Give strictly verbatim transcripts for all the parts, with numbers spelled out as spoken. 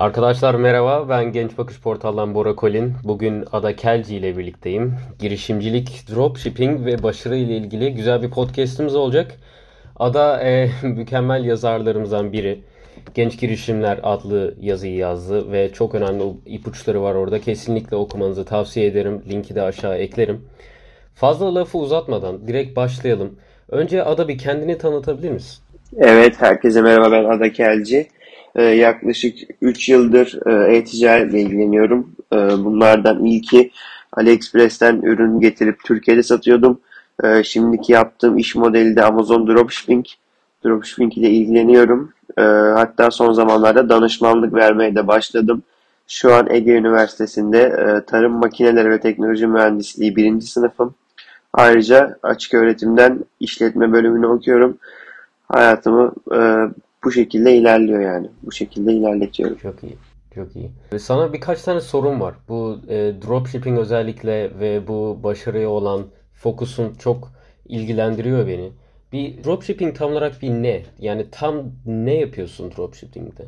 Arkadaşlar merhaba, ben Genç Bakış Portal'dan Bora Kolin. Bugün Ada Kelci ile birlikteyim. Girişimcilik, dropshipping ve başarı ile ilgili güzel bir podcast'imiz olacak. Ada e, mükemmel yazarlarımızdan biri. Genç Girişimler adlı yazıyı yazdı ve çok önemli ipuçları var orada. Kesinlikle okumanızı tavsiye ederim. Linki de aşağı eklerim. Fazla lafı uzatmadan direkt başlayalım. Önce Ada bir kendini tanıtabilir misin? Evet, herkese merhaba, ben Ada Kelci. Ee, yaklaşık üç yıldır e, e-ticaretle ilgileniyorum. Ee, bunlardan ilki AliExpress'ten ürün getirip Türkiye'de satıyordum. Ee, şimdiki yaptığım iş modeli de Amazon Dropshipping. Dropshipping ile ilgileniyorum. Ee, hatta son zamanlarda danışmanlık vermeye de başladım. Şu an Ege Üniversitesi'nde e, Tarım Makineleri ve Teknoloji Mühendisliği birinci sınıfım. Ayrıca açık öğretimden işletme bölümünü okuyorum. Hayatımı e, bu şekilde ilerliyor yani. Bu şekilde ilerletiyorum. Çok iyi. Çok iyi. Ve sana birkaç tane sorum var. Bu e, dropshipping özellikle ve bu başarıya olan fokusun çok ilgilendiriyor beni. Bir dropshipping tam olarak bir ne? Yani tam ne yapıyorsun dropshipping'de?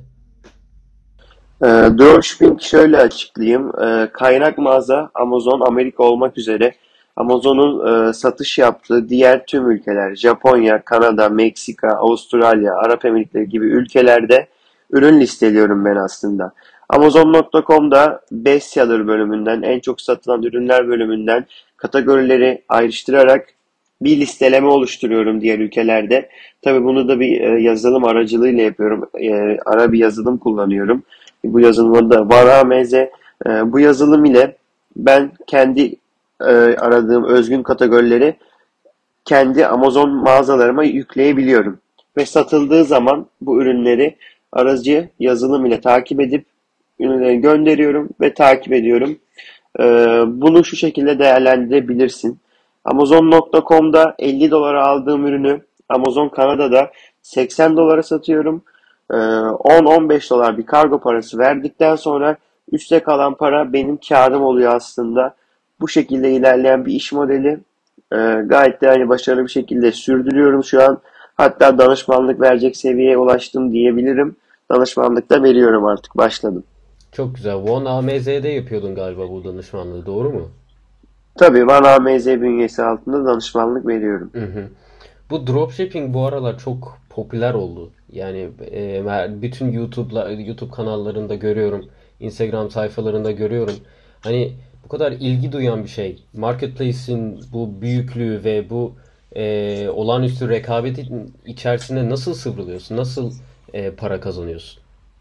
E, Dropshipping şöyle açıklayayım. E, kaynak mağaza Amazon Amerika olmak üzere Amazon'un e, satış yaptığı diğer tüm ülkeler Japonya, Kanada, Meksika, Avustralya, Arap Emirlikleri gibi ülkelerde ürün listeliyorum ben aslında. Amazon nokta com'da bestseller bölümünden, en çok satılan ürünler bölümünden kategorileri ayrıştırarak bir listeleme oluşturuyorum diğer ülkelerde. Tabii bunu da bir e, yazılım aracılığıyla yapıyorum. E, ara bir yazılım kullanıyorum. Bu yazılımda da Varameze. E, bu yazılım ile ben kendi e, aradığım özgün kategorileri kendi Amazon mağazalarıma yükleyebiliyorum. Ve satıldığı zaman bu ürünleri aracı yazılım ile takip edip ürünleri gönderiyorum ve takip ediyorum. Ee, Bunu şu şekilde değerlendirebilirsin. Amazon nokta com'da elli dolara aldığım ürünü Amazon Kanada'da seksen dolara satıyorum. Ee, on on beş dolar bir kargo parası verdikten sonra üste kalan para benim kârım oluyor aslında. Bu şekilde ilerleyen bir iş modeli. Ee, gayet de hani başarılı bir şekilde sürdürüyorum şu an. Hatta danışmanlık verecek seviyeye ulaştım diyebilirim. Danışmanlık da veriyorum artık. Başladım. Çok güzel. One A M Z'de yapıyordun galiba bu danışmanlığı, doğru mu? Tabii Van A M Z bünyesi altında danışmanlık veriyorum. Hı hı. Bu dropshipping bu aralar çok popüler oldu. Yani e, bütün YouTube'la YouTube kanallarında görüyorum, Instagram sayfalarında görüyorum. Hani bu kadar ilgi duyan bir şey. Marketplace'in bu büyüklüğü ve bu e, olağanüstü rekabetin içerisinde nasıl sıvrılıyorsun? Nasıl e, para kazanıyorsun?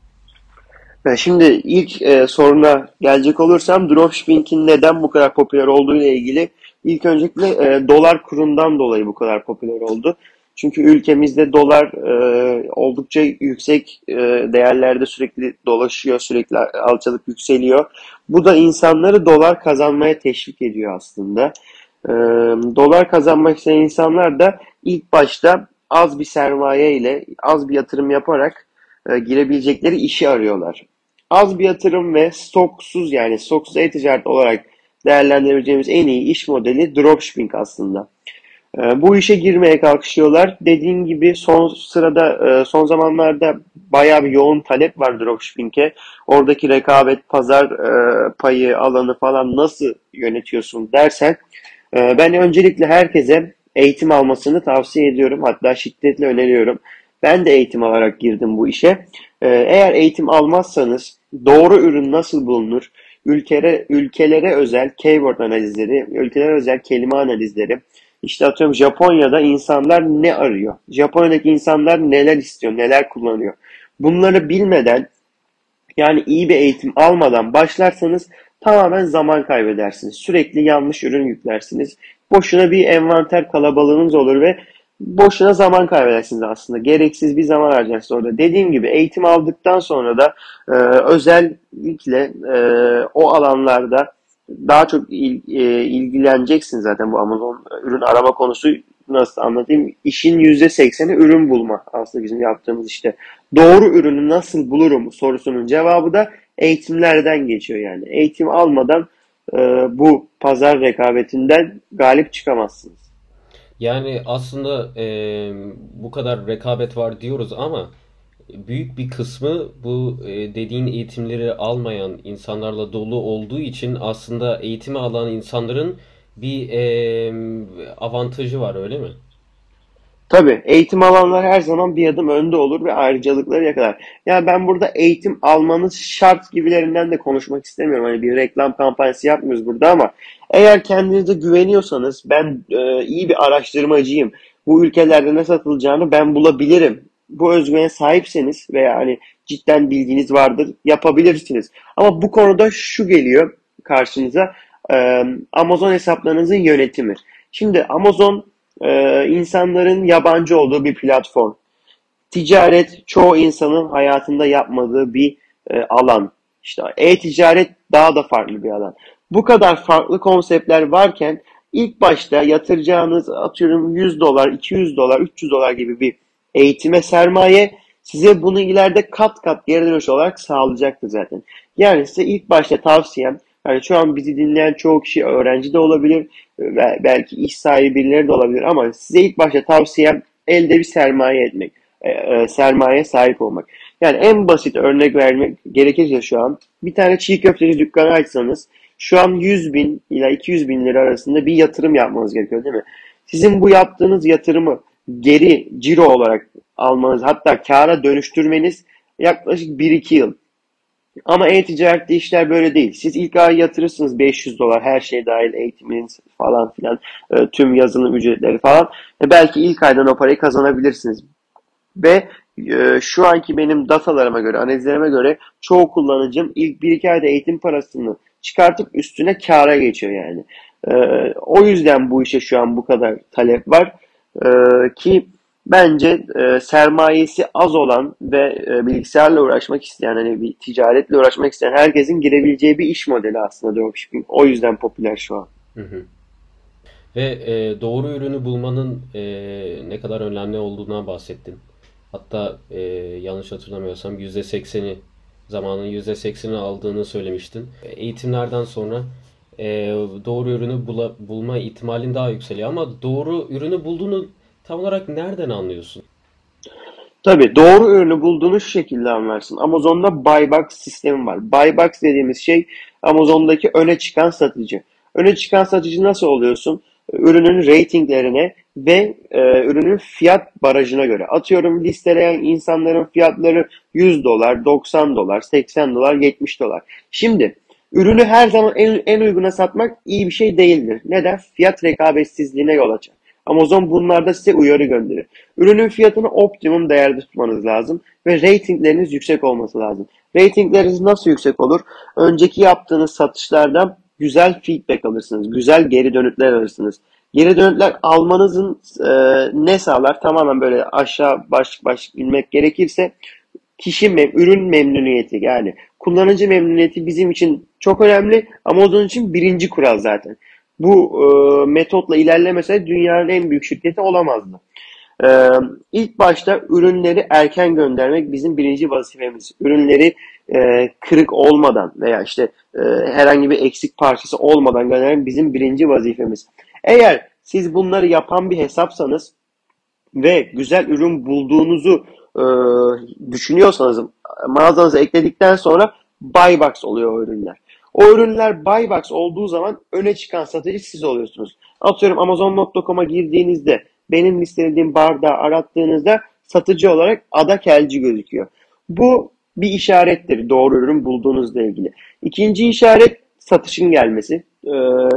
E, Şimdi ilk e, soruna gelecek olursam dropshipping'in neden bu kadar popüler olduğu ile ilgili ilk öncelikle e, dolar kurundan dolayı bu kadar popüler oldu. Çünkü ülkemizde dolar e, oldukça yüksek e, değerlerde sürekli dolaşıyor, sürekli alçalıp yükseliyor. Bu da insanları dolar kazanmaya teşvik ediyor aslında. E, Dolar kazanmak isteyen insanlar da ilk başta az bir sermaye ile az bir yatırım yaparak e, girebilecekleri işi arıyorlar. Az bir yatırım ve stoksuz yani stoksuz e-ticaret olarak değerlendirebileceğimiz en iyi iş modeli dropshipping aslında. Ee, Bu işe girmeye kalkışıyorlar. Dediğim gibi son sırada e, son zamanlarda bayağı bir yoğun talep var dropshipping'e. Oradaki rekabet, pazar e, payı, alanı falan nasıl yönetiyorsun dersen e, ben öncelikle herkese eğitim almasını tavsiye ediyorum. Hatta şiddetle öneriyorum. Ben de eğitim alarak girdim bu işe. E, Eğer eğitim almazsanız doğru ürün nasıl bulunur? Ülkere, ülkelere özel keyword analizleri, ülkelere özel kelime analizleri, işte atıyorum Japonya'da insanlar ne arıyor? Japonya'daki insanlar neler istiyor, neler kullanıyor? Bunları bilmeden yani iyi bir eğitim almadan başlarsanız tamamen zaman kaybedersiniz. Sürekli yanlış ürün yüklersiniz. Boşuna bir envanter kalabalığınız olur ve boşuna zaman kaybedersiniz aslında. Gereksiz bir zaman harcarsınız orada. Dediğim gibi eğitim aldıktan sonra da e, özellikle e, o alanlarda daha çok il, e, ilgileneceksin zaten bu Amazon ürün arama konusu nasıl anlatayım? İşin yüzde sekseni ürün bulma. Aslında bizim yaptığımız işte doğru ürünü nasıl bulurum sorusunun cevabı da eğitimlerden geçiyor yani. Eğitim almadan e, bu pazar rekabetinden galip çıkamazsınız. Yani aslında e, bu kadar rekabet var diyoruz ama büyük bir kısmı bu e, dediğin eğitimleri almayan insanlarla dolu olduğu için aslında eğitimi alan insanların bir e, avantajı var, öyle mi? Tabii eğitim alanlar her zaman bir adım önde olur ve ayrıcalıkları yakalar. Yani ben burada eğitim almanız şart gibilerinden de konuşmak istemiyorum. Hani bir reklam kampanyası yapmıyoruz burada ama eğer kendinize güveniyorsanız ben e, iyi bir araştırmacıyım. Bu ülkelerde ne satılacağını ben bulabilirim. Bu özgüvene sahipseniz veya hani cidden bilginiz vardır yapabilirsiniz. Ama bu konuda şu geliyor karşınıza. e, Amazon hesaplarınızın yönetimi. Şimdi Amazon e, insanların yabancı olduğu bir platform. Ticaret çoğu insanın hayatında yapmadığı bir e, alan. İşte e-ticaret daha da farklı bir alan. Bu kadar farklı konseptler varken ilk başta yatıracağınız atıyorum yüz dolar, iki yüz dolar, üç yüz dolar gibi bir eğitime sermaye size bunu ileride kat kat geri dönüş olarak sağlayacaktır zaten. Yani size ilk başta tavsiyem, yani şu an bizi dinleyen çoğu kişi öğrenci de olabilir, belki iş sahibi birileri de olabilir ama size ilk başta tavsiyem elde bir sermaye etmek, e, e, sermaye sahip olmak. Yani en basit örnek vermek gerekirse şu an bir tane çiğ köfteci dükkanı açsanız şu an yüz bin ila iki yüz bin lira arasında bir yatırım yapmanız gerekiyor değil mi? Sizin bu yaptığınız yatırımı geri ciro olarak almanız hatta kâra dönüştürmeniz yaklaşık bir iki yıl. Ama e-ticarette işler böyle değil. Siz ilk ay yatırırsınız beş yüz dolar her şey dahil eğitiminiz falan filan e, tüm yazılım ücretleri falan. E, belki ilk aydan o parayı kazanabilirsiniz. Ve e, şu anki benim datalarıma göre, analizlerime göre çoğu kullanıcım ilk bir iki ayda eğitim parasını çıkartıp üstüne kâra geçiyor yani. E, o yüzden bu işe şu an bu kadar talep var. E, ki bence e, sermayesi az olan ve e, bilgisayarla uğraşmak isteyen, hani bir ticaretle uğraşmak isteyen herkesin girebileceği bir iş modeli aslında dropshipping. O yüzden popüler şu an. Hı hı. Ve e, doğru ürünü bulmanın e, ne kadar önemli olduğundan bahsettin. Hatta e, yanlış hatırlamıyorsam yüzde sekseni, zamanın yüzde seksenini aldığını söylemiştin. Eğitimlerden sonra e, doğru ürünü bula- bulma ihtimalin daha yükseliyor. Ama doğru ürünü bulduğunu tam olarak nereden anlıyorsun? Tabii doğru ürünü bulduğunu şu şekilde anlarsın. Amazon'da buy box sistemi var. Buy box dediğimiz şey Amazon'daki öne çıkan satıcı. Öne çıkan satıcı nasıl oluyorsun? Ürünün ratinglerine ve e, ürünün fiyat barajına göre. Atıyorum listeleyen insanların fiyatları yüz dolar, doksan dolar, seksen dolar, yetmiş dolar. Şimdi ürünü her zaman en, en uyguna satmak iyi bir şey değildir. Neden? Fiyat rekabetsizliğine yol açar. Amazon bunlarda size uyarı gönderir. Ürünün fiyatını optimum değerde tutmanız lazım ve ratingleriniz yüksek olması lazım. Ratingleriniz nasıl yüksek olur? Önceki yaptığınız satışlardan güzel feedback alırsınız, güzel geri dönütler alırsınız. Geri dönütler almanızın e, ne sağlar? Tamamen böyle aşağı başlık başlık bilmek gerekirse kişi mem ürün memnuniyeti yani kullanıcı memnuniyeti bizim için çok önemli ama onun için birinci kural zaten. Bu e, metotla ilerlemese dünyanın en büyük şirketi olamazdı. Ee, ilk başta ürünleri erken göndermek bizim birinci vazifemiz. Ürünleri e, kırık olmadan veya işte e, herhangi bir eksik parçası olmadan göndermek bizim birinci vazifemiz. Eğer siz bunları yapan bir hesapsanız ve güzel ürün bulduğunuzu e, düşünüyorsanız mağazanıza ekledikten sonra buy box oluyor o ürünler. O ürünler buy box olduğu zaman öne çıkan satıcı siz oluyorsunuz. Atıyorum amazon nokta com'a girdiğinizde benim listelediğim bardağı arattığınızda satıcı olarak Ada Kelci gözüküyor. Bu bir işarettir doğru ürün bulduğunuzla ilgili. İkinci işaret satışın gelmesi. Ee,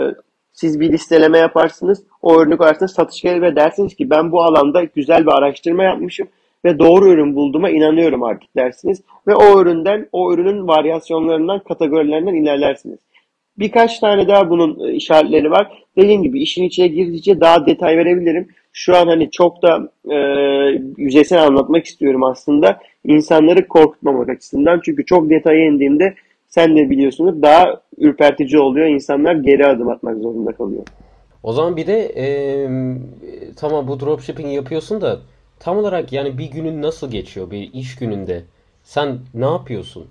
siz bir listeleme yaparsınız. O ürünü koyarsınız satış gelir ve dersiniz ki ben bu alanda güzel bir araştırma yapmışım ve doğru ürün bulduğuma inanıyorum artık dersiniz. Ve o üründen, o ürünün varyasyonlarından, kategorilerinden ilerlersiniz. Birkaç tane daha bunun işaretleri var. Dediğim gibi işin içine girdikçe daha detay verebilirim. Şu an hani çok da e, yüzeysel anlatmak istiyorum aslında. İnsanları korkutmamak açısından. Çünkü çok detaya indiğimde sen de biliyorsunuz daha ürpertici oluyor. İnsanlar geri adım atmak zorunda kalıyor. O zaman bir de e, tamam, bu dropshipping yapıyorsun da tam olarak yani bir günün nasıl geçiyor bir iş gününde? Sen ne yapıyorsun?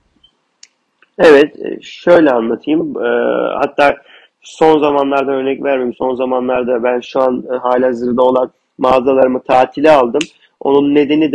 Evet, e, şöyle anlatayım. E, hatta son zamanlarda örnek vermeyeyim. Son zamanlarda ben şu an e, halihazırda olan mağazalarımı tatile aldım. Onun nedeni de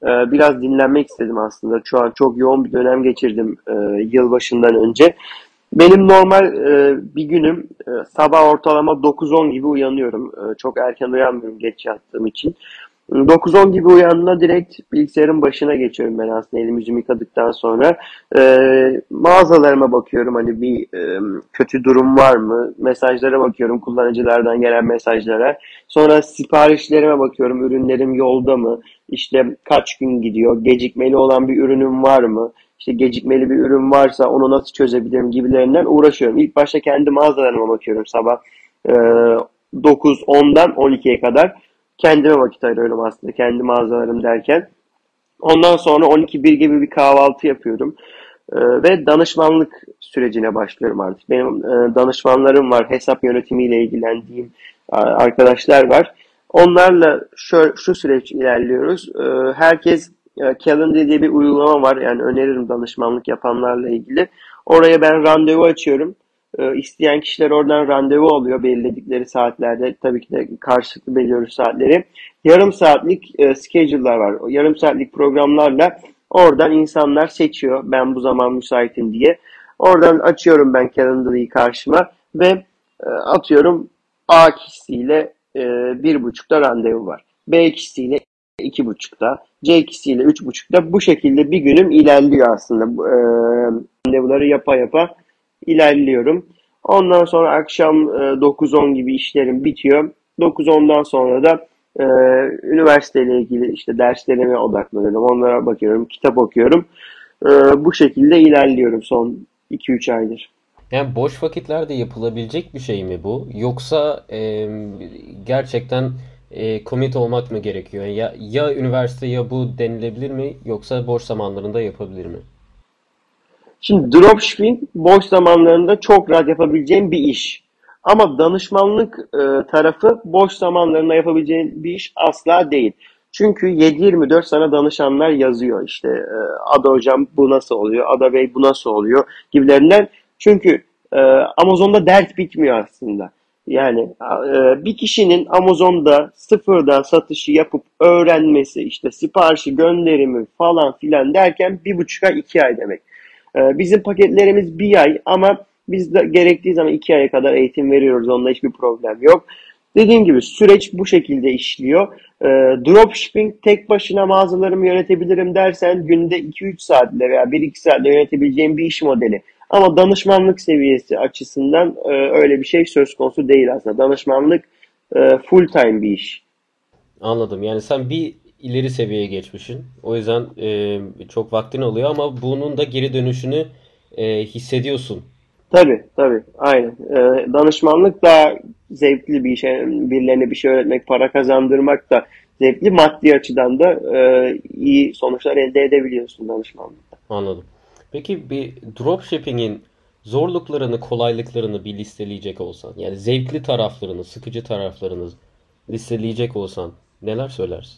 e, biraz dinlenmek istedim aslında. Şu an çok yoğun bir dönem geçirdim e, yılbaşından önce. Benim normal e, bir günüm e, sabah ortalama dokuz on gibi uyanıyorum. E, çok erken uyanmıyorum geç yattığım için. dokuz on gibi uyandığımda direkt bilgisayarın başına geçiyorum ben aslında elimi yüzümü yıkadıktan sonra. Ee, mağazalarıma bakıyorum hani bir e, kötü durum var mı? Mesajlara bakıyorum kullanıcılardan gelen mesajlara. Sonra siparişlerime bakıyorum ürünlerim yolda mı? İşte kaç gün gidiyor? Gecikmeli olan bir ürünüm var mı? İşte gecikmeli bir ürün varsa onu nasıl çözebilirim gibilerinden uğraşıyorum. İlk başta kendi mağazalarıma bakıyorum sabah e, dokuz ondan on ikiye kadar kendime vakit ayırıyorum aslında. Kendi mağazalarım derken. Ondan sonra on iki bir gibi bir kahvaltı yapıyorum. Ee, ve danışmanlık sürecine başlıyorum artık. Benim e, danışmanlarım var. Hesap yönetimiyle ilgilendiğim e, arkadaşlar var. Onlarla şu, şu süreç ilerliyoruz. Ee, herkes e, Calendly diye bir uygulama var. Yani öneririm danışmanlık yapanlarla ilgili. Oraya ben randevu açıyorum. E, isteyen kişiler oradan randevu alıyor belirledikleri saatlerde. Tabii ki de karşılıklı belirliyoruz saatleri. Yarım saatlik e, schedule'lar var. O yarım saatlik programlarla oradan insanlar seçiyor. Ben bu zaman müsaitim diye. Oradan açıyorum ben Calendly'yi karşıma ve e, atıyorum A kişisiyle e, bir buçukta randevu var. B kişisiyle iki buçukta, C kişisiyle üç buçukta. Bu şekilde bir günüm ilerliyor aslında. E, randevuları yapa yapa ilerliyorum. Ondan sonra akşam e, dokuz on gibi işlerim bitiyor. dokuz ondan sonra da e, üniversiteyle ilgili işte derslerime odaklanıyorum. Onlara bakıyorum, kitap okuyorum. E, bu şekilde ilerliyorum son iki üç aydır. Yani boş vakitlerde yapılabilecek bir şey mi bu? Yoksa e, gerçekten e, commit olmak mı gerekiyor? Yani ya, ya üniversite ya bu denilebilir mi? Yoksa boş zamanlarında yapabilir mi? Şimdi dropshipping boş zamanlarında çok rahat yapabileceğin bir iş. Ama danışmanlık e, tarafı boş zamanlarında yapabileceğin bir iş asla değil. Çünkü yedi yirmi dört sana danışanlar yazıyor işte e, Ada hocam bu nasıl oluyor, Ada Bey bu nasıl oluyor gibilerinden. Çünkü e, Amazon'da dert bitmiyor aslında. Yani e, bir kişinin Amazon'da sıfırdan satışı yapıp öğrenmesi, işte siparişi gönderimi falan filan derken bir buçuk ay iki ay demek. Ee, Bizim paketlerimiz bir ay ama biz de gerektiği zaman iki aya kadar eğitim veriyoruz. Onda hiçbir problem yok. Dediğim gibi süreç bu şekilde işliyor. Ee, Dropshipping tek başına mağazalarımı yönetebilirim dersen günde iki üç saatle veya bir iki saatle yönetebileceğim bir iş modeli. Ama danışmanlık seviyesi açısından e, öyle bir şey söz konusu değil aslında. Danışmanlık e, full time bir iş. Anladım. Yani sen bir ileri seviyeye geçmişsin. O yüzden e, çok vaktin oluyor ama bunun da geri dönüşünü e, hissediyorsun. Tabii tabii aynen. Ee, danışmanlık daha zevkli bir iş. Yani birilerine bir şey öğretmek, para kazandırmak da zevkli. Maddi açıdan da e, iyi sonuçlar elde edebiliyorsun danışmanlıkta. Anladım. Peki bir dropshipping'in zorluklarını, kolaylıklarını bir listeleyecek olsan, yani zevkli taraflarını, sıkıcı taraflarını listeleyecek olsan neler söylersin?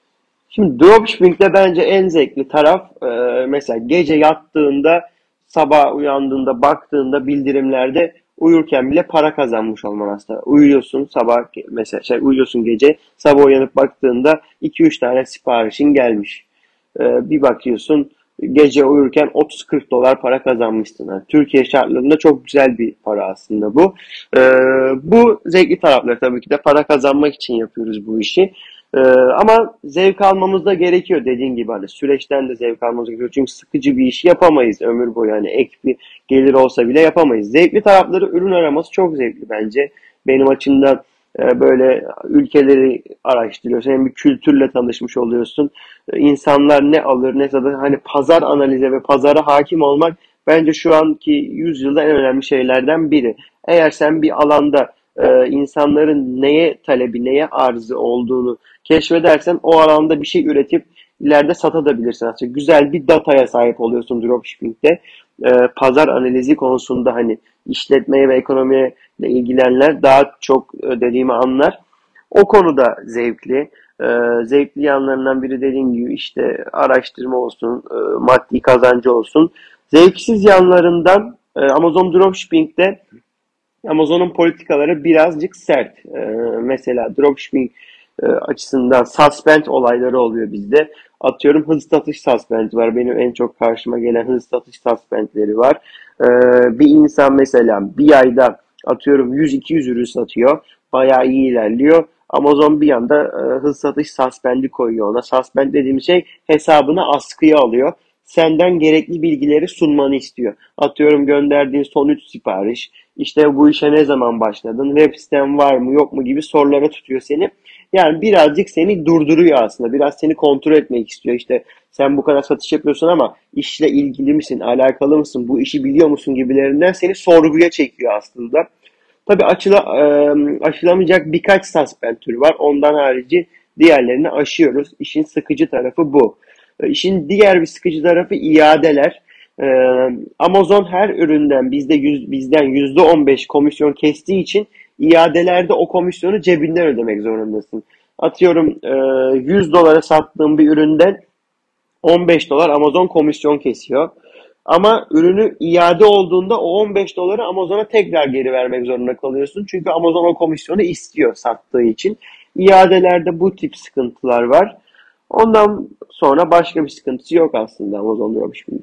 Şimdi dropshipping'de bence en zevkli taraf e, mesela gece yattığında, sabah uyandığında, baktığında bildirimlerde uyurken bile para kazanmış olman aslında. Uyuyorsun sabah mesela şey uyuyorsun gece, sabah uyanıp baktığında iki üç tane siparişin gelmiş. E, bir bakıyorsun gece uyurken otuz kırk dolar para kazanmışsın. Yani Türkiye şartlarında çok güzel bir para aslında bu. E, bu zevkli tarafları tabii ki de para kazanmak için yapıyoruz bu işi. Ee, ama zevk almamız da gerekiyor dediğin gibi hani süreçten de zevk almamız gerekiyor. Çünkü sıkıcı bir iş yapamayız ömür boyu hani ek bir gelir olsa bile yapamayız. Zevkli tarafları ürün araması çok zevkli bence. Benim açımdan e, böyle ülkeleri araştırıyorsun. Hem bir kültürle tanışmış oluyorsun. E, insanlar ne alır ne satır. Hani pazar analize ve pazara hakim olmak bence şu anki yüzyılda en önemli şeylerden biri. Eğer sen bir alanda e, insanların neye talebi, neye arzı olduğunu keşfedersen o alanda bir şey üretip ileride satabilirsin. Aslında güzel bir dataya sahip oluyorsun dropshipping'de. Ee, pazar analizi konusunda hani işletmeye ve ekonomiye ile ilgilenenler daha çok e, dediğimi anlar. O konuda zevkli. Ee, zevkli yanlarından biri dediğim gibi işte araştırma olsun, e, maddi kazancı olsun. Zevksiz yanlarından e, Amazon Dropshipping'de Amazon'un politikaları birazcık sert. Ee, mesela dropshipping e, açısından suspend olayları oluyor bizde. Atıyorum hız satış suspendi var. Benim en çok karşıma gelen hız satış suspendleri var. Ee, bir insan mesela bir ayda atıyorum yüz iki yüz ürün satıyor. Bayağı iyi ilerliyor. Amazon bir anda e, hız satış suspendi koyuyor ona. Suspend dediğim şey hesabını askıya alıyor. Senden gerekli bilgileri sunmanı istiyor. Atıyorum gönderdiğin son üç sipariş, işte bu işe ne zaman başladın, web siten var mı yok mu gibi sorulara tutuyor seni. Yani birazcık seni durduruyor aslında. Biraz seni kontrol etmek istiyor. İşte sen bu kadar satış yapıyorsun ama işle ilgili misin, alakalı mısın, bu işi biliyor musun gibilerinden seni sorguya çekiyor aslında. Tabii açıla, e, aşılamayacak birkaç suspend türü var. Ondan harici diğerlerini aşıyoruz. İşin sıkıcı tarafı bu. E, İşin diğer bir sıkıcı tarafı iadeler. E, Amazon her üründen bizde yüz, bizden yüzde on beş komisyon kestiği için iadelerde o komisyonu cebinden ödemek zorundasın. Atıyorum e, yüz dolara sattığım bir üründen on beş dolar Amazon komisyon kesiyor. Ama ürünü iade olduğunda o on beş doları Amazon'a tekrar geri vermek zorunda kalıyorsun. Çünkü Amazon o komisyonu istiyor sattığı için. İadelerde bu tip sıkıntılar var. Ondan sonra başka bir sıkıntısı yok aslında Amazon Dropshipping.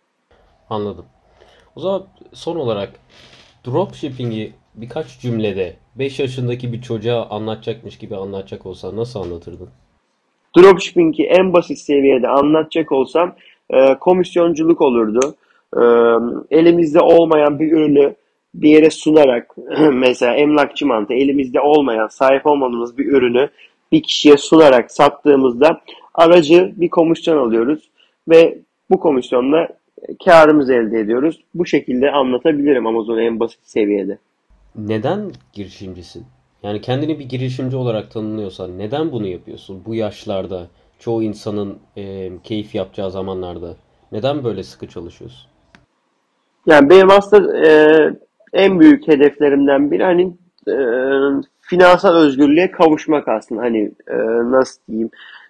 Anladım. O zaman son olarak dropshipping'i birkaç cümlede beş yaşındaki bir çocuğa anlatacakmış gibi anlatacak olsan nasıl anlatırdın? Dropshipping'i en basit seviyede anlatacak olsam e, komisyonculuk olurdu. E, elimizde olmayan bir ürünü bir yere sunarak mesela emlakçı mantığı elimizde olmayan sahip olmadığımız bir ürünü bir kişiye sunarak sattığımızda aracı bir komisyon alıyoruz ve bu komisyonla karımızı elde ediyoruz. Bu şekilde anlatabilirim Amazon'u en basit seviyede. Neden girişimcisin? Yani kendini bir girişimci olarak tanımlıyorsan neden bunu yapıyorsun? Bu yaşlarda, çoğu insanın e, keyif yapacağı zamanlarda neden böyle sıkı çalışıyorsun? Yani benim aslında e, en büyük hedeflerimden biri hani e, finansal özgürlüğe kavuşmak aslında. Hani e, nasıl diyeyim?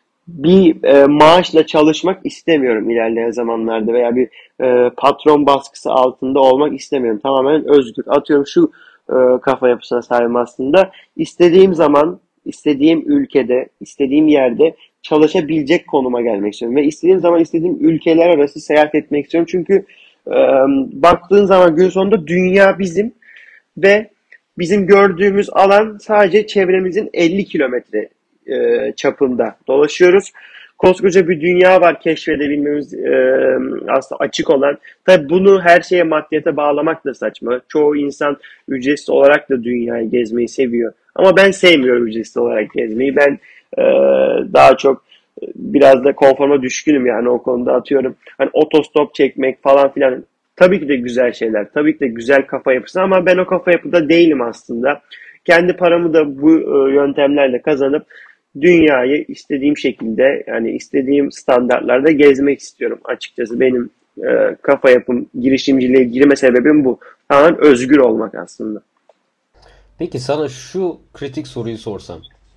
Bir e, maaşla çalışmak istemiyorum ilerleyen zamanlarda veya bir e, patron baskısı altında olmak istemiyorum. Tamamen özgür. Atıyorum şu e, kafa yapısına sahibim aslında. İstediğim zaman, istediğim ülkede, istediğim yerde çalışabilecek konuma gelmek istiyorum. Ve istediğim zaman istediğim ülkeler arası seyahat etmek istiyorum. Çünkü e, baktığın zaman gün sonunda dünya bizim ve bizim gördüğümüz alan sadece çevremizin elli kilometre e, çapında dolaşıyoruz. Koskoca bir dünya var keşfedebilmemiz e, aslında açık olan. Tabii bunu her şeye maddiyete bağlamak da saçma. Çoğu insan ücretsiz olarak da dünyayı gezmeyi seviyor. Ama ben sevmiyorum ücretsiz olarak gezmeyi. Ben e, daha çok e, biraz da konforma düşkünüm yani o konuda atıyorum. Hani otostop çekmek falan filan tabii ki de güzel şeyler. Tabii ki de güzel kafa yapısı ama ben o kafa yapıda değilim aslında. Kendi paramı da bu e, yöntemlerle kazanıp dünyayı istediğim şekilde yani istediğim standartlarda gezmek istiyorum. Açıkçası benim e, kafa yapım, girişimciliğe girme sebebim bu. Tamamen özgür olmak aslında. Peki sana şu kritik soruyu sorsam.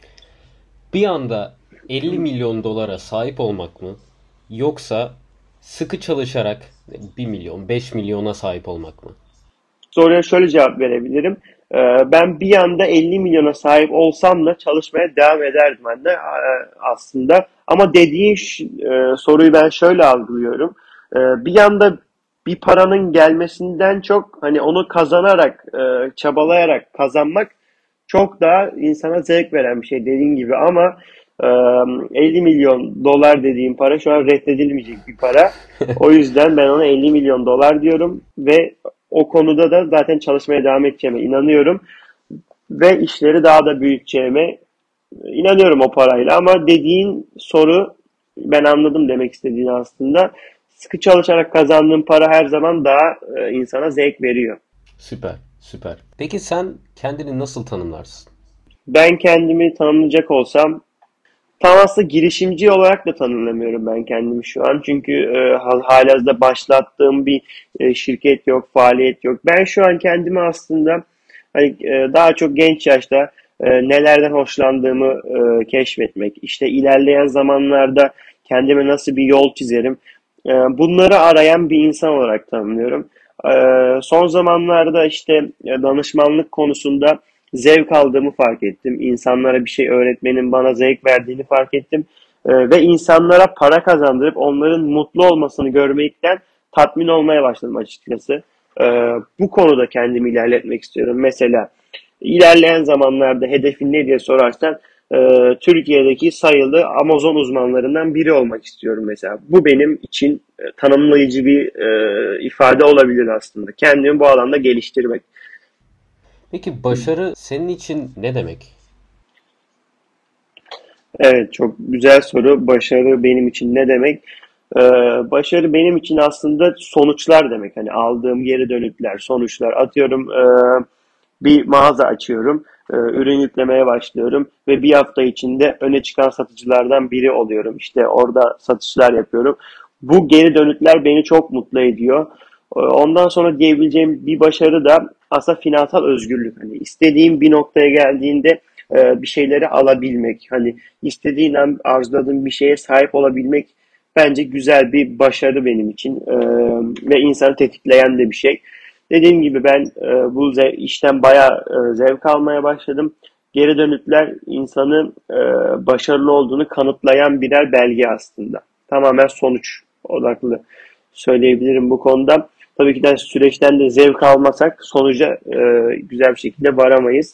Bir anda elli milyon dolara sahip olmak mı? Yoksa sıkı çalışarak bir milyon, beş milyona sahip olmak mı? Soruya şöyle cevap verebilirim. Ee, Ben bir anda elli milyona sahip olsam da çalışmaya devam ederdim ben de e, aslında. Ama dediğin e, soruyu ben şöyle algılıyorum. Ee, Bir anda bir paranın gelmesinden çok hani onu kazanarak, e, çabalayarak kazanmak çok daha insana zevk veren bir şey dediğin gibi ama e, elli milyon dolar dediğim para şu an reddedilmeyecek bir para. O yüzden ben ona elli milyon dolar diyorum ve o konuda da zaten çalışmaya devam edeceğime inanıyorum ve işleri daha da büyüteceğime inanıyorum o parayla ama dediğin soru ben anladım demek istediğini aslında. Sıkı çalışarak kazandığın para her zaman daha e, insana zevk veriyor. Süper, süper. Peki sen kendini nasıl tanımlarsın? Ben kendimi tanımlayacak olsam tam aslında girişimci olarak da tanımlamıyorum ben kendimi şu an. Çünkü e, halihazırda başlattığım bir e, şirket yok, faaliyet yok. Ben şu an kendimi aslında hani e, daha çok genç yaşta e, nelerden hoşlandığımı e, keşfetmek, işte ilerleyen zamanlarda kendime nasıl bir yol çizerim, e, bunları arayan bir insan olarak tanımlıyorum. E, Son zamanlarda işte e, danışmanlık konusunda zevk aldığımı fark ettim. İnsanlara bir şey öğretmenin bana zevk verdiğini fark ettim. E, ve insanlara para kazandırıp onların mutlu olmasını görmekten tatmin olmaya başladım açıkçası. E, bu konuda kendimi ilerletmek istiyorum. Mesela ilerleyen zamanlarda hedefin ne diye sorarsan e, Türkiye'deki sayılı Amazon uzmanlarından biri olmak istiyorum mesela. Bu benim için e, tanımlayıcı bir e, ifade olabilir aslında. Kendimi bu alanda geliştirmek. Peki başarı senin için ne demek? Evet, çok güzel soru. Başarı benim için ne demek? Ee, başarı benim için aslında sonuçlar demek. Hani aldığım geri dönütler, sonuçlar. Atıyorum e, bir mağaza açıyorum, e, ürün yüklemeye başlıyorum ve bir hafta içinde öne çıkan satıcılardan biri oluyorum. İşte orada satışlar yapıyorum. Bu geri dönütler beni çok mutlu ediyor. E, Ondan sonra diyebileceğim bir başarı da aslında finansal özgürlük. Hani istediğim bir noktaya geldiğinde e, bir şeyleri alabilmek, hani istediğin an arzuladığın bir şeye sahip olabilmek bence güzel bir başarı benim için. E, ve insanı tetikleyen de bir şey. Dediğim gibi ben e, bu işten bayağı e, zevk almaya başladım. Geri dönütler insanın e, başarılı olduğunu kanıtlayan birer belge aslında. Tamamen sonuç odaklı söyleyebilirim bu konuda. Tabii ki de süreçten de zevk almasak sonuca e, güzel bir şekilde varamayız.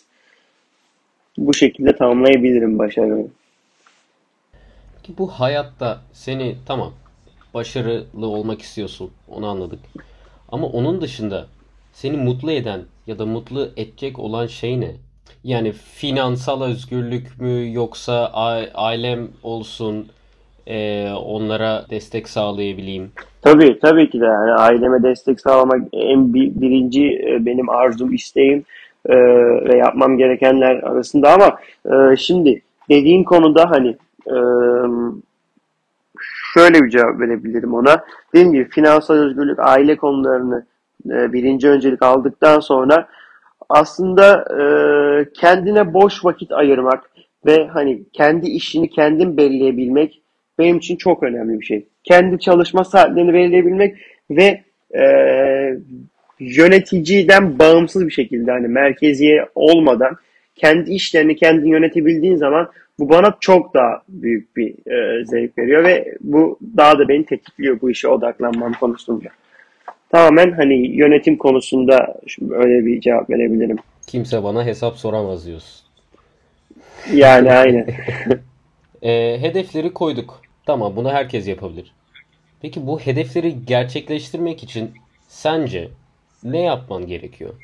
Bu şekilde tamamlayabilirim başarımı. Ki bu hayatta seni tamam başarılı olmak istiyorsun. Onu anladık. Ama onun dışında seni mutlu eden ya da mutlu edecek olan şey ne? Yani finansal özgürlük mü yoksa ailem olsun, eee, onlara destek sağlayabileyim. Tabii, tabii ki de yani aileme destek sağlamak en bi- birinci e, benim arzum, isteğim e, ve yapmam gerekenler arasında ama e, şimdi dediğin konuda hani e, şöyle bir cevap verebilirim ona. Dediğim gibi finansal özgürlük, aile konularını e, birinci öncelik aldıktan sonra aslında e, kendine boş vakit ayırmak ve hani kendi işini kendin belirleyebilmek benim için çok önemli bir şey. Kendi çalışma saatlerini belirleyebilmek ve e, yöneticiden bağımsız bir şekilde hani merkeziye olmadan kendi işlerini kendin yönetebildiğin zaman bu bana çok daha büyük bir e, zevk veriyor ve bu daha da beni tetikliyor bu işe odaklanmam konusunda. Tamamen hani yönetim konusunda öyle bir cevap verebilirim. Kimse bana hesap soramaz diyorsun. Yani aynen. Eee, hedefleri koyduk. Tamam, bunu herkes yapabilir. Peki bu hedefleri gerçekleştirmek için sence ne yapman gerekiyor?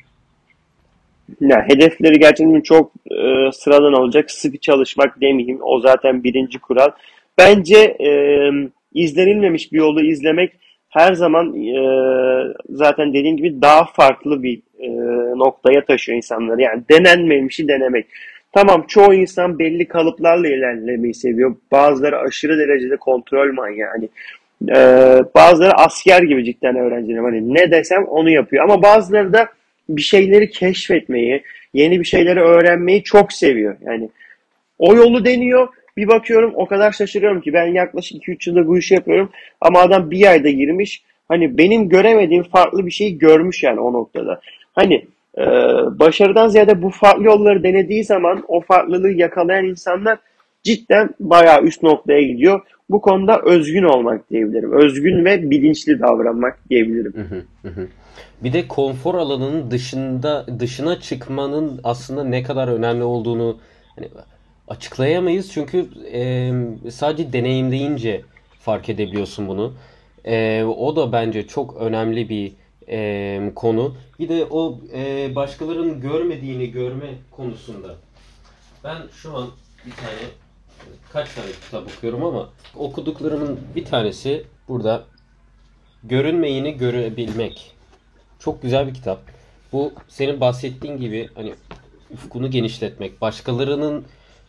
Ya hedefleri gerçekten çok e, sıradan olacak. Sıkı çalışmak demeyeyim. O zaten birinci kural. Bence e, izlenilmemiş bir yolu izlemek her zaman e, zaten dediğim gibi daha farklı bir e, noktaya taşıyor insanları. Yani denenmemişi denemek. Tamam, çoğu insan belli kalıplarla ilerlemeyi seviyor. Bazıları aşırı derecede kontrol manyağı. Yani ee, bazıları asker gibi cidden öğrencilerim. Hani ne desem onu yapıyor. Ama bazıları da bir şeyleri keşfetmeyi, yeni bir şeyleri öğrenmeyi çok seviyor. Yani o yolu deniyor. Bir bakıyorum o kadar şaşırıyorum ki ben yaklaşık iki üç yıldır bu işi yapıyorum. Ama adam bir ayda girmiş. Hani benim göremediğim farklı bir şeyi görmüş yani o noktada. Hani e, başarıdan ziyade bu farklı yolları denediği zaman o farklılığı yakalayan insanlar cidden bayağı üst noktaya gidiyor. Bu konuda özgün olmak diyebilirim. Özgün ve bilinçli davranmak diyebilirim. Hı hı, hı hı. Bir de konfor alanının dışında dışına çıkmanın aslında ne kadar önemli olduğunu hani açıklayamayız çünkü e, sadece deneyimleyince fark edebiliyorsun bunu. E, o da bence çok önemli bir e, konu. Bir de o e, başkalarının görmediğini görme konusunda. Ben şu an bir tane kaç tane kitap okuyorum ama okuduklarımın bir tanesi burada Görünmeyeni Görebilmek. Çok güzel bir kitap. Bu senin bahsettiğin gibi hani ufkunu genişletmek, başkalarının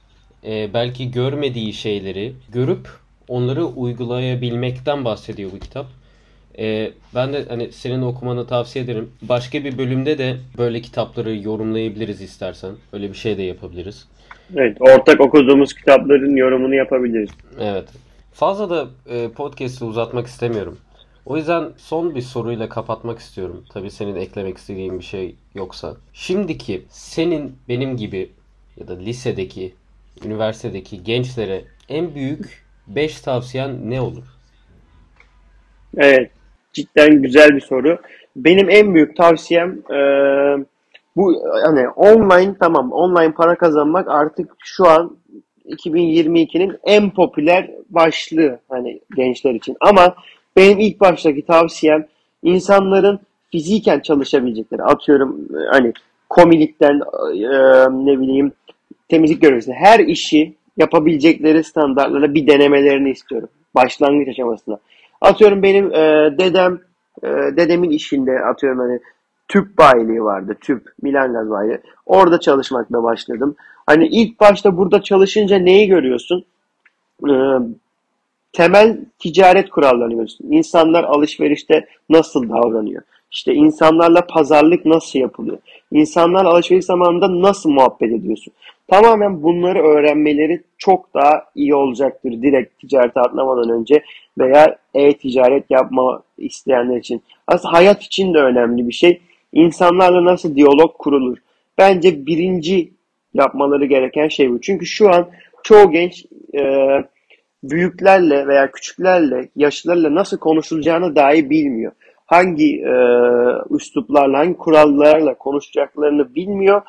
e, belki görmediği şeyleri görüp onları uygulayabilmekten bahsediyor bu kitap. E, ben de hani senin okumanı tavsiye ederim. Başka bir bölümde de böyle kitapları yorumlayabiliriz istersen. Öyle bir şey de yapabiliriz. Evet, ortak okuduğumuz kitapların yorumunu yapabiliriz. Evet. Fazla da e, podcast'ı uzatmak istemiyorum. O yüzden son bir soruyla kapatmak istiyorum. Tabii senin eklemek istediğin bir şey yoksa. Şimdiki senin benim gibi ya da lisedeki, üniversitedeki gençlere en büyük Beş tavsiyen ne olur? Evet, cidden güzel bir soru. Benim en büyük tavsiyem eee, bu hani online, tamam, online para kazanmak artık şu an iki bin yirmi ikinin en popüler başlığı hani gençler için. Ama benim ilk baştaki tavsiyem insanların fiziken çalışabilecekleri, atıyorum e, hani komilikten eee, ne bileyim temizlik görevlisi, her işi yapabilecekleri standartlara bir denemelerini istiyorum. Başlangıç aşamasında. Atıyorum benim e, dedem e, dedemin işinde atıyorum hani tüp bayiliği vardı. Tüp, Milan Gaz bayiliği. Orada çalışmakla başladım. Hani ilk başta burada çalışınca neyi görüyorsun? E, Temel ticaret kurallarını görüyorsun. İnsanlar alışverişte nasıl davranıyor? İşte insanlarla pazarlık nasıl yapılıyor? İnsanlarla alışveriş zamanında nasıl muhabbet ediyorsun? Tamamen bunları öğrenmeleri çok daha iyi olacaktır direkt ticarete atlamadan önce veya e-ticaret yapma isteyenler için. Aslında hayat için de önemli bir şey. İnsanlarla nasıl diyalog kurulur? Bence birinci yapmaları gereken şey bu. Çünkü şu an çoğu genç e, büyüklerle veya küçüklerle, yaşlılarla nasıl konuşulacağını dahi bilmiyor. Hangi e, üsluplarla, hangi kurallarla konuşacaklarını bilmiyor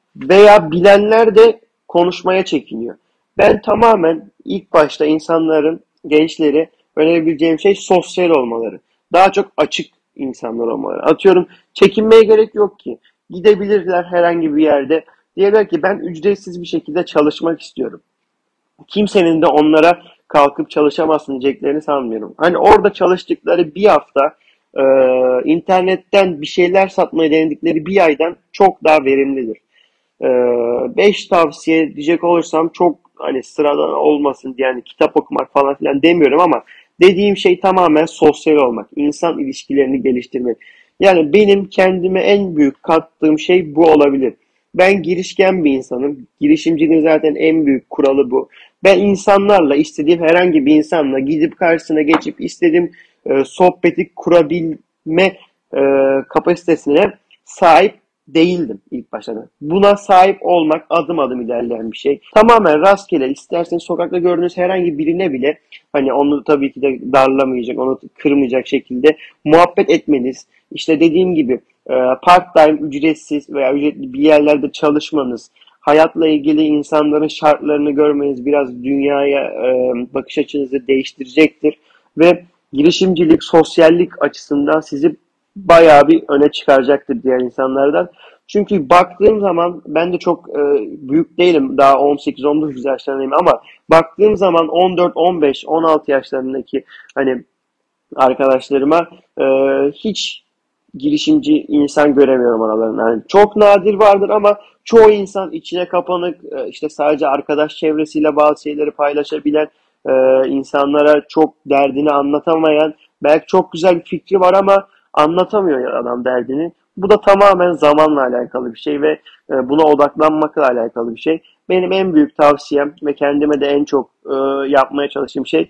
veya bilenler de konuşmaya çekiniyor. Ben tamamen ilk başta insanların, gençleri önerebileceğim şey sosyal olmaları. Daha çok açık insanlar olmaları. Atıyorum, çekinmeye gerek yok ki. Gidebilirler herhangi bir yerde. Diyorlar ki ben ücretsiz bir şekilde çalışmak istiyorum. Kimsenin de onlara kalkıp çalışamazsın diyeceklerini sanmıyorum. Hani orada çalıştıkları bir hafta e, internetten bir şeyler satmayı denedikleri bir aydan çok daha verimlidir. E, beş tavsiye diyecek olursam çok hani sıradan olmasın diye yani kitap okumak falan filan demiyorum ama dediğim şey tamamen sosyal olmak, insan ilişkilerini geliştirmek. Yani benim kendime en büyük kattığım şey bu olabilir. Ben girişken bir insanım. Girişimciliğin zaten en büyük kuralı bu. Ben insanlarla, istediğim herhangi bir insanla gidip karşısına geçip istediğim e, sohbeti kurabilme e, kapasitesine sahip değildim ilk başta. Buna sahip olmak adım adım ilerleyen bir şey. Tamamen rastgele, isterseniz sokakta gördüğünüz herhangi birine bile hani onu tabii ki de darlamayacak, onu kırmayacak şekilde muhabbet etmeniz. İşte dediğim gibi e, part time, ücretsiz veya ücretli bir yerlerde çalışmanız, hayatla ilgili insanların şartlarını görmeniz biraz dünyaya e, bakış açınızı değiştirecektir. Ve girişimcilik, sosyallik açısından sizi bayağı bir öne çıkaracaktır diğer insanlardan. Çünkü baktığım zaman ben de çok e, büyük değilim. Daha on sekiz on dokuz yaşlarındayım ama baktığım zaman on dört on beş on altı yaşlarındaki hani arkadaşlarıma e, hiç girişimci insan göremiyorum aralarında. Yani çok nadir vardır ama çoğu insan içine kapanık, e, işte sadece arkadaş çevresiyle bazı şeyleri paylaşabilen, e, insanlara çok derdini anlatamayan, belki çok güzel bir fikri var ama anlatamıyor ya adam derdini. Bu da tamamen zamanla alakalı bir şey ve e, buna odaklanmakla alakalı bir şey. Benim en büyük tavsiyem ve kendime de en çok e, yapmaya çalıştığım şey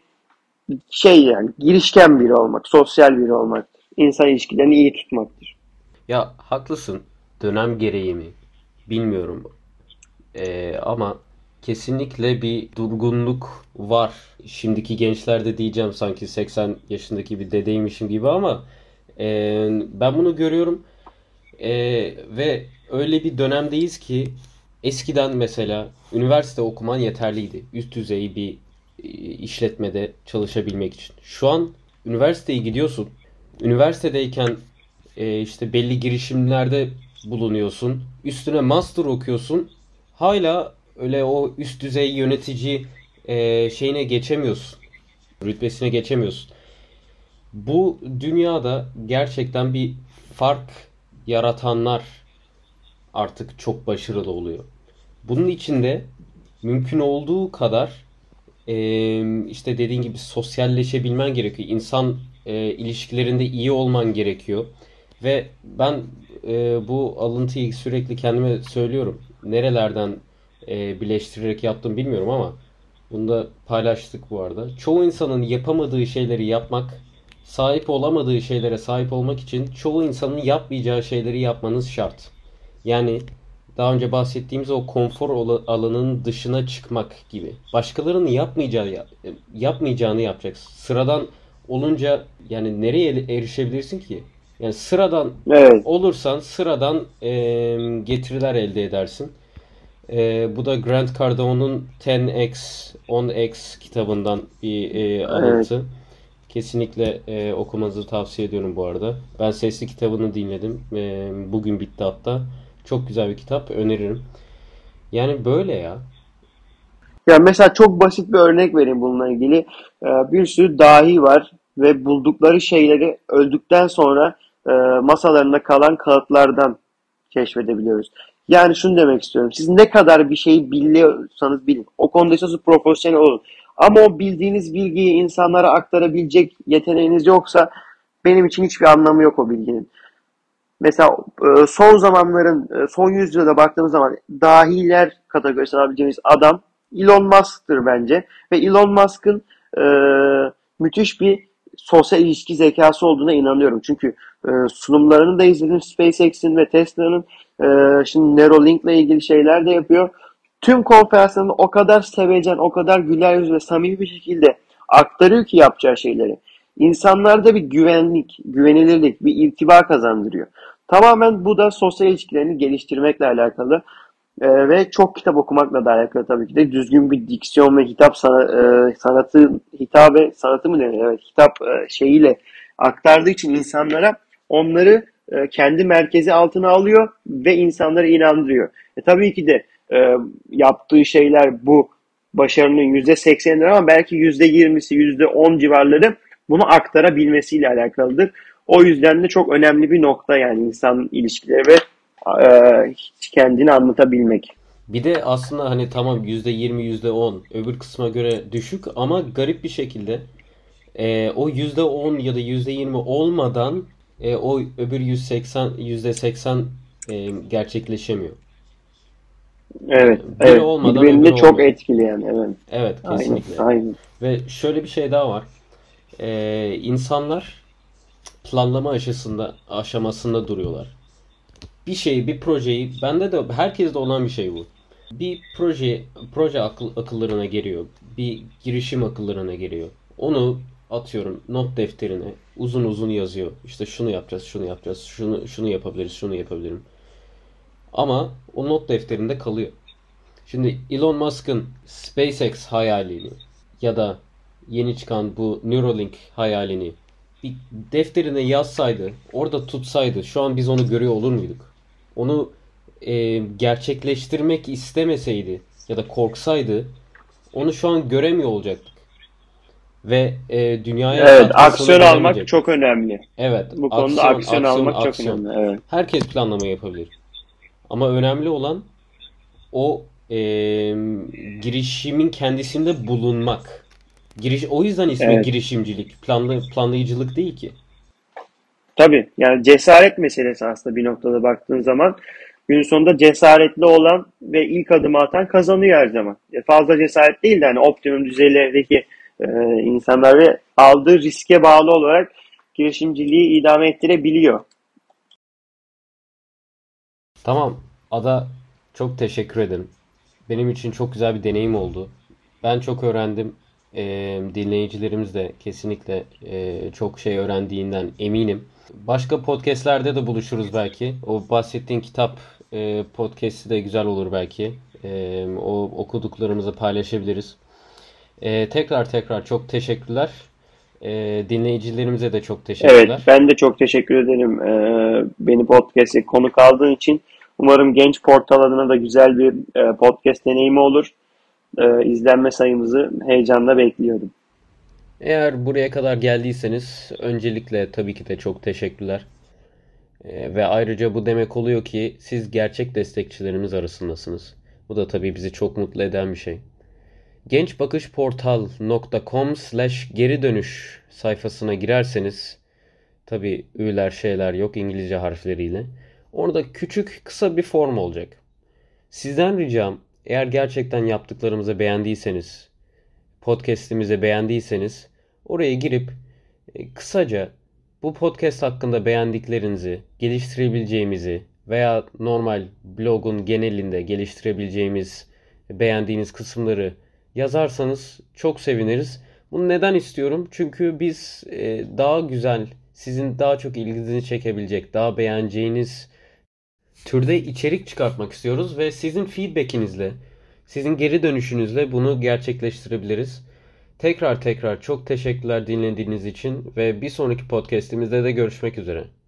şey yani girişken biri olmak, sosyal biri olmaktır. İnsan ilişkilerini iyi tutmaktır. Ya haklısın. Dönem gereği mi? Bilmiyorum. Ee, ama kesinlikle bir durgunluk var. Şimdiki gençlerde diyeceğim sanki seksen yaşındaki bir dedeymişim gibi ama e, ben bunu görüyorum. E, Ve öyle bir dönemdeyiz ki eskiden mesela üniversite okuman yeterliydi. Üst düzey bir e, işletmede çalışabilmek için. Şu an üniversiteye gidiyorsun. Üniversitedeyken e, işte belli girişimlerde bulunuyorsun. Üstüne master okuyorsun. Hala öyle o üst düzey yönetici e, şeyine geçemiyorsun. Rütbesine geçemiyorsun. Bu dünyada gerçekten bir fark yaratanlar artık çok başarılı oluyor. Bunun için de mümkün olduğu kadar e, işte dediğin gibi sosyalleşebilmen gerekiyor. İnsan e, ilişkilerinde iyi olman gerekiyor. Ve ben e, bu alıntıyı sürekli kendime söylüyorum. Nerelerden e, birleştirerek yaptım bilmiyorum ama bunu da paylaştık bu arada. Çoğu insanın yapamadığı şeyleri yapmak, sahip olamadığı şeylere sahip olmak için çoğu insanın yapmayacağı şeyleri yapmanız şart. Yani daha önce bahsettiğimiz o konfor ola- alanının dışına çıkmak gibi. Başkalarının yapmayacağı yapmayacağını yapacaksın. Sıradan olunca yani nereye erişebilirsin ki? Yani sıradan Evet, olursan sıradan eee, getiriler elde edersin. Eee, bu da Grant Cardone'un on x on x kitabından bir eee, evet. alıntı. Kesinlikle eee, okumanızı tavsiye ediyorum bu arada. Ben sesli kitabını dinledim. Eee, bugün bitti hatta. Çok güzel bir kitap. Öneririm. Yani böyle ya. Ya mesela çok basit bir örnek vereyim bununla ilgili. Ee, bir sürü dahi var ve buldukları şeyleri öldükten sonra e, masalarında kalan kağıtlardan keşfedebiliyoruz. Yani şunu demek istiyorum. Siz ne kadar bir şeyi biliyorsanız bilin. O konuda istiyorsanız profesyonel olun. Ama o bildiğiniz bilgiyi insanlara aktarabilecek yeteneğiniz yoksa benim için hiçbir anlamı yok o bilginin. Mesela e, son zamanların, e, son yüzyılda baktığımız zaman dahiler kategorisine alabileceğimiz adam Elon Musk'tır bence. Ve Elon Musk'ın e, müthiş bir sosyal ilişki zekası olduğuna inanıyorum. Çünkü e, sunumlarını da izledim SpaceX'in ve Tesla'nın. E, şimdi Neuralink'le ilgili şeyler de yapıyor. Tüm konferanslarında o kadar sevecen, o kadar güler yüz ve samimi bir şekilde aktarıyor ki yapacağı şeyleri. İnsanlarda bir güvenlik, güvenilirlik, bir irtiba kazandırıyor. Tamamen bu da sosyal ilişkilerini geliştirmekle alakalı. Ee, ve çok kitap okumakla da alakalı tabii ki de düzgün bir diksiyon ve hitap sana, e, sanatı, hitabe sanatı mı denir? Evet, hitap e, şeyiyle aktardığı için insanlara onları e, kendi merkezi altına alıyor ve insanları inandırıyor. E, tabii ki de e, yaptığı şeyler bu başarının yüzde seksenidir ama belki yüzde yirmisi, yüzde on civarları bunu aktarabilmesiyle alakalıdır. O yüzden de çok önemli bir nokta yani insan ilişkileri ve e, kendini anlatabilmek. Bir de aslında hani tamam yüzde yirmi yüzde on öbür kısma göre düşük ama garip bir şekilde e, o yüzde on ya da yüzde yirmi olmadan e, o öbür yüz seksen yüzde seksen e, gerçekleşemiyor. Evet, Biri evet. olmadan öbürü Birbirini çok olmuyor. etkileyen, evet. Evet, Aynen, kesinlikle. aynen. Ve şöyle bir şey daha var. E, insanlar planlama aşısında aşamasında duruyorlar. Bir şeyi, bir projeyi, bende de herkeste olan bir şey bu. Bir proje proje akıl, akıllarına geliyor. Bir girişim akıllarına geliyor. Onu atıyorum not defterine uzun uzun yazıyor. İşte şunu yapacağız, şunu yapacağız, şunu şunu yapabiliriz, şunu yapabilirim. Ama o not defterinde kalıyor. Şimdi Elon Musk'ın SpaceX hayalini ya da yeni çıkan bu Neuralink hayalini bir defterine yazsaydı, orada tutsaydı, şu an biz onu görüyor olur muyduk? Onu e, gerçekleştirmek istemeseydi ya da korksaydı, onu şu an göremiyor olacaktık ve e, dünyaya Evet, katkısını aksiyon almak göremeyecektik. çok önemli. Evet, Bu konuda aksiyon, aksiyon aksiyon, almak çok aksiyon. önemli. Evet. Herkes planlama yapabilir. Ama önemli olan o e, girişimin kendisinde bulunmak. Giriş, o yüzden ismi Evet. girişimcilik. Planlı, planlayıcılık değil ki. Tabii yani cesaret meselesi aslında bir noktada baktığın zaman. Günün sonunda cesaretli olan ve ilk adımı atan kazanıyor her zaman. E, Fazla cesaret değil de hani optimum düzeylerdeki e, insanlar ve aldığı riske bağlı olarak girişimciliği idame ettirebiliyor. Tamam. Ada, çok teşekkür ederim. Benim için çok güzel bir deneyim oldu. Ben çok öğrendim. E, dinleyicilerimiz de kesinlikle e, çok şey öğrendiğinden eminim. Başka podcastlerde de buluşuruz belki. O bahsettiğin kitap e, podcast'i de güzel olur belki. E, o okuduklarımızı paylaşabiliriz. Ee, tekrar tekrar çok teşekkürler. Ee, dinleyicilerimize de çok Evet, teşekkürler. ben de çok teşekkür ederim e, beni podcast'e konuk aldığın için. Umarım Genç Portal adına da güzel bir e, podcast deneyimi olur. E, izlenme sayımızı heyecanla bekliyorum. Eğer buraya kadar geldiyseniz öncelikle tabii ki de çok teşekkürler. Ee, ve ayrıca bu demek oluyor ki siz gerçek destekçilerimiz arasındasınız. Bu da tabii bizi çok mutlu eden bir şey. gençbakışportal nokta com slash geri dönüş sayfasına girerseniz tabii ü'ler şeyler yok İngilizce harfleriyle. Orada küçük kısa bir form olacak. Sizden ricam eğer gerçekten yaptıklarımızı beğendiyseniz, podcast'imizi beğendiyseniz oraya girip e, kısaca bu podcast hakkında beğendiklerinizi, geliştirebileceğimizi veya normal blogun genelinde geliştirebileceğimiz, beğendiğiniz kısımları yazarsanız çok seviniriz. Bunu neden istiyorum? Çünkü biz e, daha güzel, sizin daha çok ilginizi çekebilecek, daha beğeneceğiniz türde içerik çıkartmak istiyoruz ve sizin feedback'inizle, sizin geri dönüşünüzle bunu gerçekleştirebiliriz. Tekrar tekrar çok teşekkürler dinlediğiniz için ve bir sonraki podcast'imizde de görüşmek üzere.